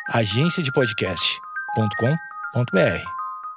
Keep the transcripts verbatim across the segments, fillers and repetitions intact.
agência de podcast ponto com ponto b r.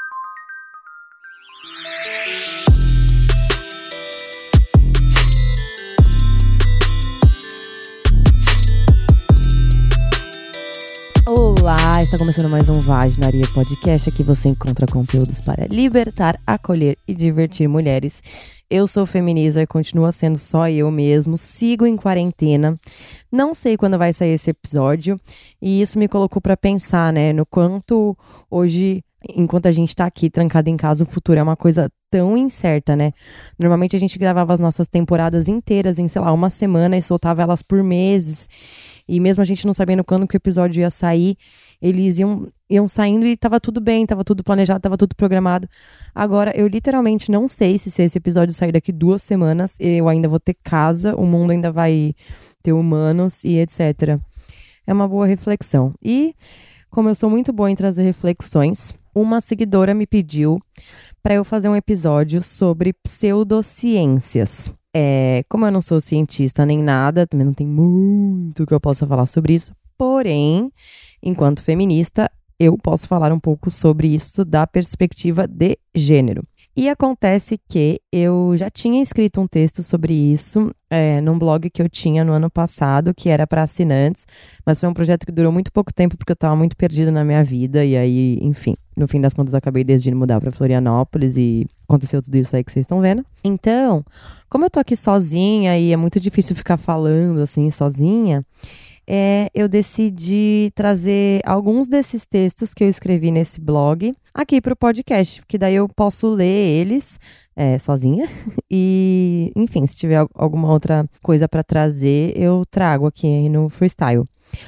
Olá, está começando mais um Vaginaria Podcast. Aqui você encontra conteúdos para libertar, acolher e divertir mulheres. Eu sou feminiza e continua sendo só eu mesmo. Sigo em quarentena. Não sei quando vai sair esse episódio. E isso me colocou para pensar, né? No quanto hoje, enquanto a gente tá aqui trancada em casa, o futuro é uma coisa tão incerta, né? Normalmente a gente gravava as nossas temporadas inteiras em, sei lá, uma semana e soltava elas por meses. E mesmo a gente não sabendo quando que o episódio ia sair, eles iam, iam saindo e tava tudo bem, tava tudo planejado, tava tudo programado. Agora, eu literalmente não sei se, se esse episódio sair daqui duas semanas, eu ainda vou ter casa, o mundo ainda vai ter humanos e etcétera. É uma boa reflexão. E, como eu sou muito boa em trazer reflexões, uma seguidora me pediu para eu fazer um episódio sobre pseudociências. É, como eu não sou cientista nem nada, também não tem muito que eu possa falar sobre isso, porém, enquanto feminista, eu posso falar um pouco sobre isso da perspectiva de gênero. E acontece que eu já tinha escrito um texto sobre isso é, num blog que eu tinha no ano passado, que era para assinantes, mas foi um projeto que durou muito pouco tempo porque eu estava muito perdida na minha vida, e aí, enfim, no fim das contas eu acabei decidindo mudar para Florianópolis e aconteceu tudo isso aí que vocês estão vendo. Então, como eu tô aqui sozinha e é muito difícil ficar falando assim sozinha, É, eu decidi trazer alguns desses textos que eu escrevi nesse blog aqui para o podcast, porque daí eu posso ler eles é, sozinha e, enfim, se tiver alguma outra coisa para trazer, eu trago aqui no freestyle.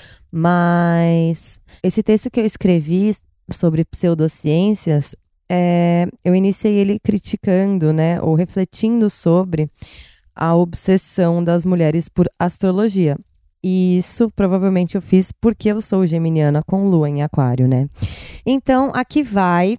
Mas esse texto que eu escrevi sobre pseudociências, é, eu iniciei ele criticando, né, ou refletindo sobre a obsessão das mulheres por astrologia. E isso provavelmente eu fiz porque eu sou geminiana com lua em aquário, né? Então, aqui vai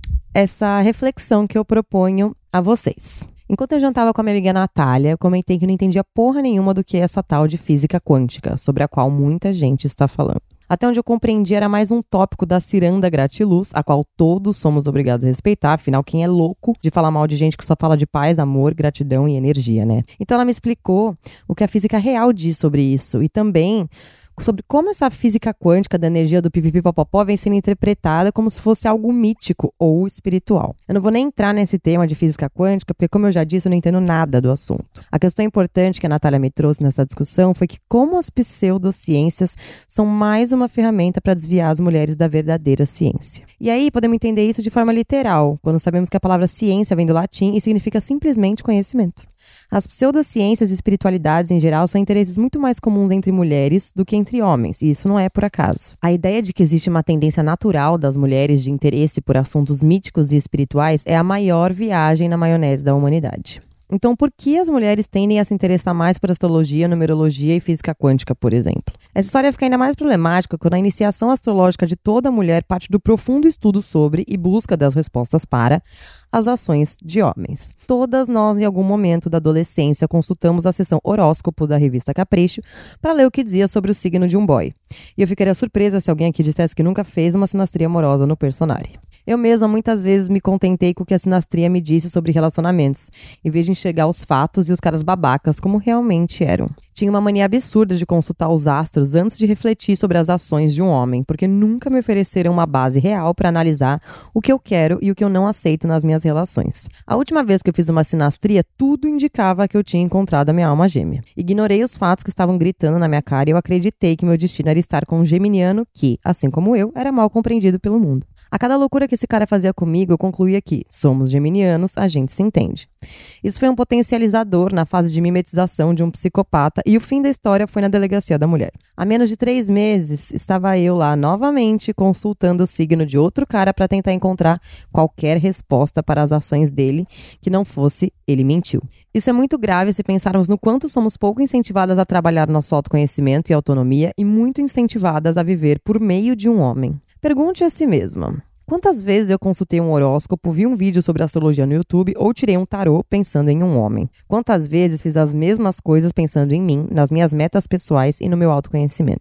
essa reflexão que eu proponho a vocês. Enquanto eu jantava com a minha amiga Natália, eu comentei que não entendia porra nenhuma do que é essa tal de física quântica, sobre a qual muita gente está falando. Até onde eu compreendi, era mais um tópico da ciranda gratiluz, a qual todos somos obrigados a respeitar, afinal, quem é louco de falar mal de gente que só fala de paz, amor, gratidão e energia, né? Então ela me explicou o que a física real diz sobre isso, e também sobre como essa física quântica da energia do pipipipopopó vem sendo interpretada como se fosse algo mítico ou espiritual. Eu não vou nem entrar nesse tema de física quântica, porque, como eu já disse, eu não entendo nada do assunto. A questão importante que a Natália me trouxe nessa discussão foi que como as pseudociências são mais uma ferramenta para desviar as mulheres da verdadeira ciência. E aí podemos entender isso de forma literal, quando sabemos que a palavra ciência vem do latim e significa simplesmente conhecimento. As pseudociências e espiritualidades em geral são interesses muito mais comuns entre mulheres do que entre homens, e isso não é por acaso. A ideia de que existe uma tendência natural das mulheres de interesse por assuntos míticos e espirituais é a maior viagem na maionese da humanidade. Então, por que as mulheres tendem a se interessar mais por astrologia, numerologia e física quântica, por exemplo? Essa história fica ainda mais problemática quando a iniciação astrológica de toda mulher parte do profundo estudo sobre e busca das respostas para as ações de homens. Todas nós, em algum momento da adolescência, consultamos a seção horóscopo da revista Capricho para ler o que dizia sobre o signo de um boy. E eu ficaria surpresa se alguém aqui dissesse que nunca fez uma sinastria amorosa no personagem. Eu mesma muitas vezes me contentei com o que a sinastria me disse sobre relacionamentos, em vez de enxergar os fatos e os caras babacas como realmente eram. Tinha uma mania absurda de consultar os astros antes de refletir sobre as ações de um homem, porque nunca me ofereceram uma base real para analisar o que eu quero e o que eu não aceito nas minhas relações. A última vez que eu fiz uma sinastria, tudo indicava que eu tinha encontrado a minha alma gêmea. Ignorei os fatos que estavam gritando na minha cara e eu acreditei que meu destino era estar com um geminiano que, assim como eu, era mal compreendido pelo mundo. A cada loucura que esse cara fazia comigo, eu concluía que somos geminianos, a gente se entende. Isso foi um potencializador na fase de mimetização de um psicopata e o fim da história foi na delegacia da mulher. Há menos de três meses, estava eu lá novamente consultando o signo de outro cara para tentar encontrar qualquer resposta para as ações dele que não fosse ele mentiu. Isso é muito grave se pensarmos no quanto somos pouco incentivadas a trabalhar nosso autoconhecimento e autonomia e muito incentivadas a viver por meio de um homem. Pergunte a si mesma. Quantas vezes eu consultei um horóscopo, vi um vídeo sobre astrologia no YouTube ou tirei um tarô pensando em um homem? Quantas vezes fiz as mesmas coisas pensando em mim, nas minhas metas pessoais e no meu autoconhecimento?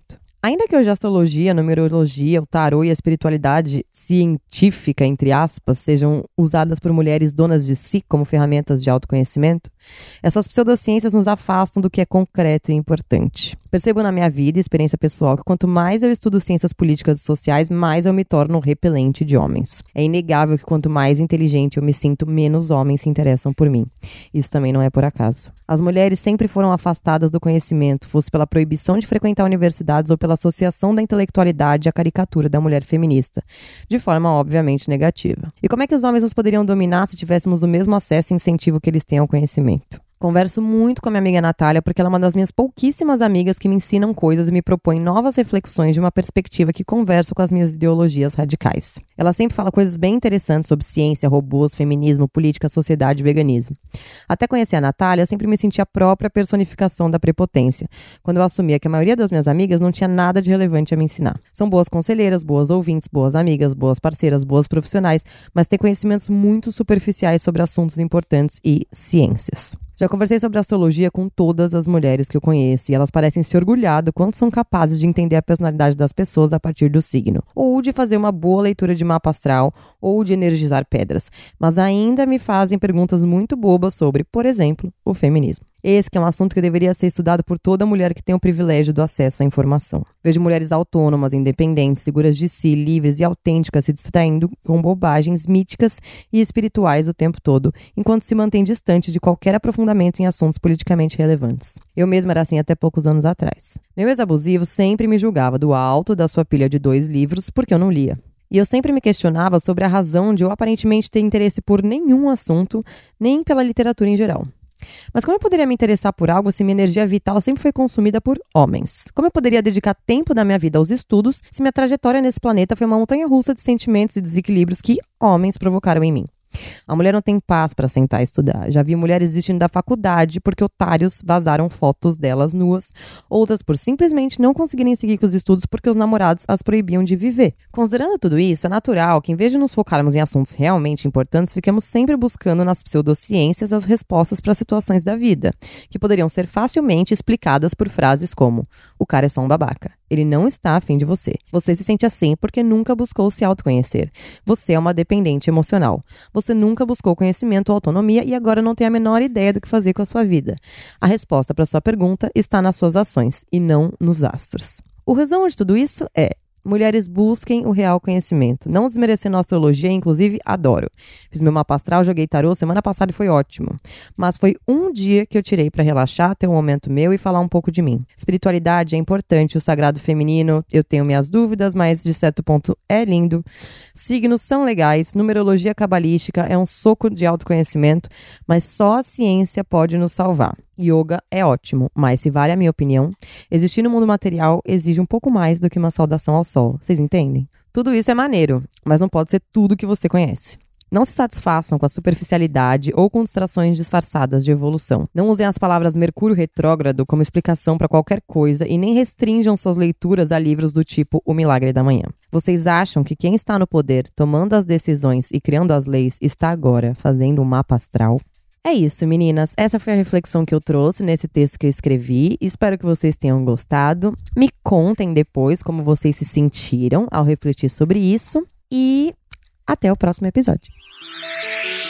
Ainda que hoje a astrologia, a numerologia, o tarô e a espiritualidade científica, entre aspas, sejam usadas por mulheres donas de si como ferramentas de autoconhecimento, essas pseudociências nos afastam do que é concreto e importante. Percebo na minha vida e experiência pessoal que quanto mais eu estudo ciências políticas e sociais, mais eu me torno repelente de homens. É inegável que quanto mais inteligente eu me sinto, menos homens se interessam por mim. Isso também não é por acaso. As mulheres sempre foram afastadas do conhecimento, fosse pela proibição de frequentar universidades ou pela associação da intelectualidade à caricatura da mulher feminista, de forma obviamente negativa. E como é que os homens nos poderiam dominar se tivéssemos o mesmo acesso e incentivo que eles têm ao conhecimento? Converso muito com a minha amiga Natália porque ela é uma das minhas pouquíssimas amigas que me ensinam coisas e me propõe novas reflexões de uma perspectiva que conversa com as minhas ideologias radicais. Ela sempre fala coisas bem interessantes sobre ciência, robôs, feminismo, política, sociedade e veganismo. Até conhecer a Natália, eu sempre me senti a própria personificação da prepotência, quando eu assumia que a maioria das minhas amigas não tinha nada de relevante a me ensinar. São boas conselheiras, boas ouvintes, boas amigas, boas parceiras, boas profissionais, mas têm conhecimentos muito superficiais sobre assuntos importantes e ciências. Já conversei sobre astrologia com todas as mulheres que eu conheço e elas parecem se orgulhar do quanto são capazes de entender a personalidade das pessoas a partir do signo, ou de fazer uma boa leitura de mapa astral, ou de energizar pedras, mas ainda me fazem perguntas muito bobas sobre, por exemplo, o feminismo. Esse que é um assunto que deveria ser estudado por toda mulher que tem o privilégio do acesso à informação. Vejo mulheres autônomas, independentes, seguras de si, livres e autênticas se distraindo com bobagens míticas e espirituais o tempo todo, enquanto se mantêm distantes de qualquer aprofundamento em assuntos politicamente relevantes. Eu mesma era assim até poucos anos atrás. Meu ex-abusivo sempre me julgava do alto da sua pilha de dois livros porque eu não lia. E eu sempre me questionava sobre a razão de eu aparentemente ter interesse por nenhum assunto, nem pela literatura em geral. Mas como eu poderia me interessar por algo se minha energia vital sempre foi consumida por homens? Como eu poderia dedicar tempo da minha vida aos estudos se minha trajetória nesse planeta foi uma montanha-russa de sentimentos e desequilíbrios que homens provocaram em mim? A mulher não tem paz para sentar e estudar. Já vi mulheres desistindo da faculdade porque otários vazaram fotos delas nuas, outras por simplesmente não conseguirem seguir com os estudos porque os namorados as proibiam de viver. Considerando tudo isso, é natural que em vez de nos focarmos em assuntos realmente importantes, fiquemos sempre buscando nas pseudociências as respostas para situações da vida, que poderiam ser facilmente explicadas por frases como: o cara é só um babaca, ele não está afim de você, você se sente assim porque nunca buscou se autoconhecer, você é uma dependente emocional, você nunca buscou conhecimento ou autonomia e agora não tem a menor ideia do que fazer com a sua vida. A resposta para sua pergunta está nas suas ações e não nos astros. O resumo de tudo isso é: mulheres, busquem o real conhecimento. Não desmerecendo a astrologia, inclusive, adoro. Fiz meu mapa astral, joguei tarô semana passada e foi ótimo. Mas foi um dia que eu tirei para relaxar, ter um momento meu e falar um pouco de mim. Espiritualidade é importante, o sagrado feminino, eu tenho minhas dúvidas, mas de certo ponto é lindo. Signos são legais, numerologia cabalística é um soco de autoconhecimento, mas só a ciência pode nos salvar. Yoga é ótimo, mas se vale a minha opinião, existir no mundo material exige um pouco mais do que uma saudação ao sol. Vocês entendem? Tudo isso é maneiro, mas não pode ser tudo que você conhece. Não se satisfaçam com a superficialidade ou com distrações disfarçadas de evolução. Não usem as palavras Mercúrio retrógrado como explicação para qualquer coisa e nem restringam suas leituras a livros do tipo O Milagre da Manhã. Vocês acham que quem está no poder, tomando as decisões e criando as leis, está agora fazendo um mapa astral? É isso, meninas. Essa foi a reflexão que eu trouxe nesse texto que eu escrevi. Espero que vocês tenham gostado. Me contem depois como vocês se sentiram ao refletir sobre isso. E até o próximo episódio.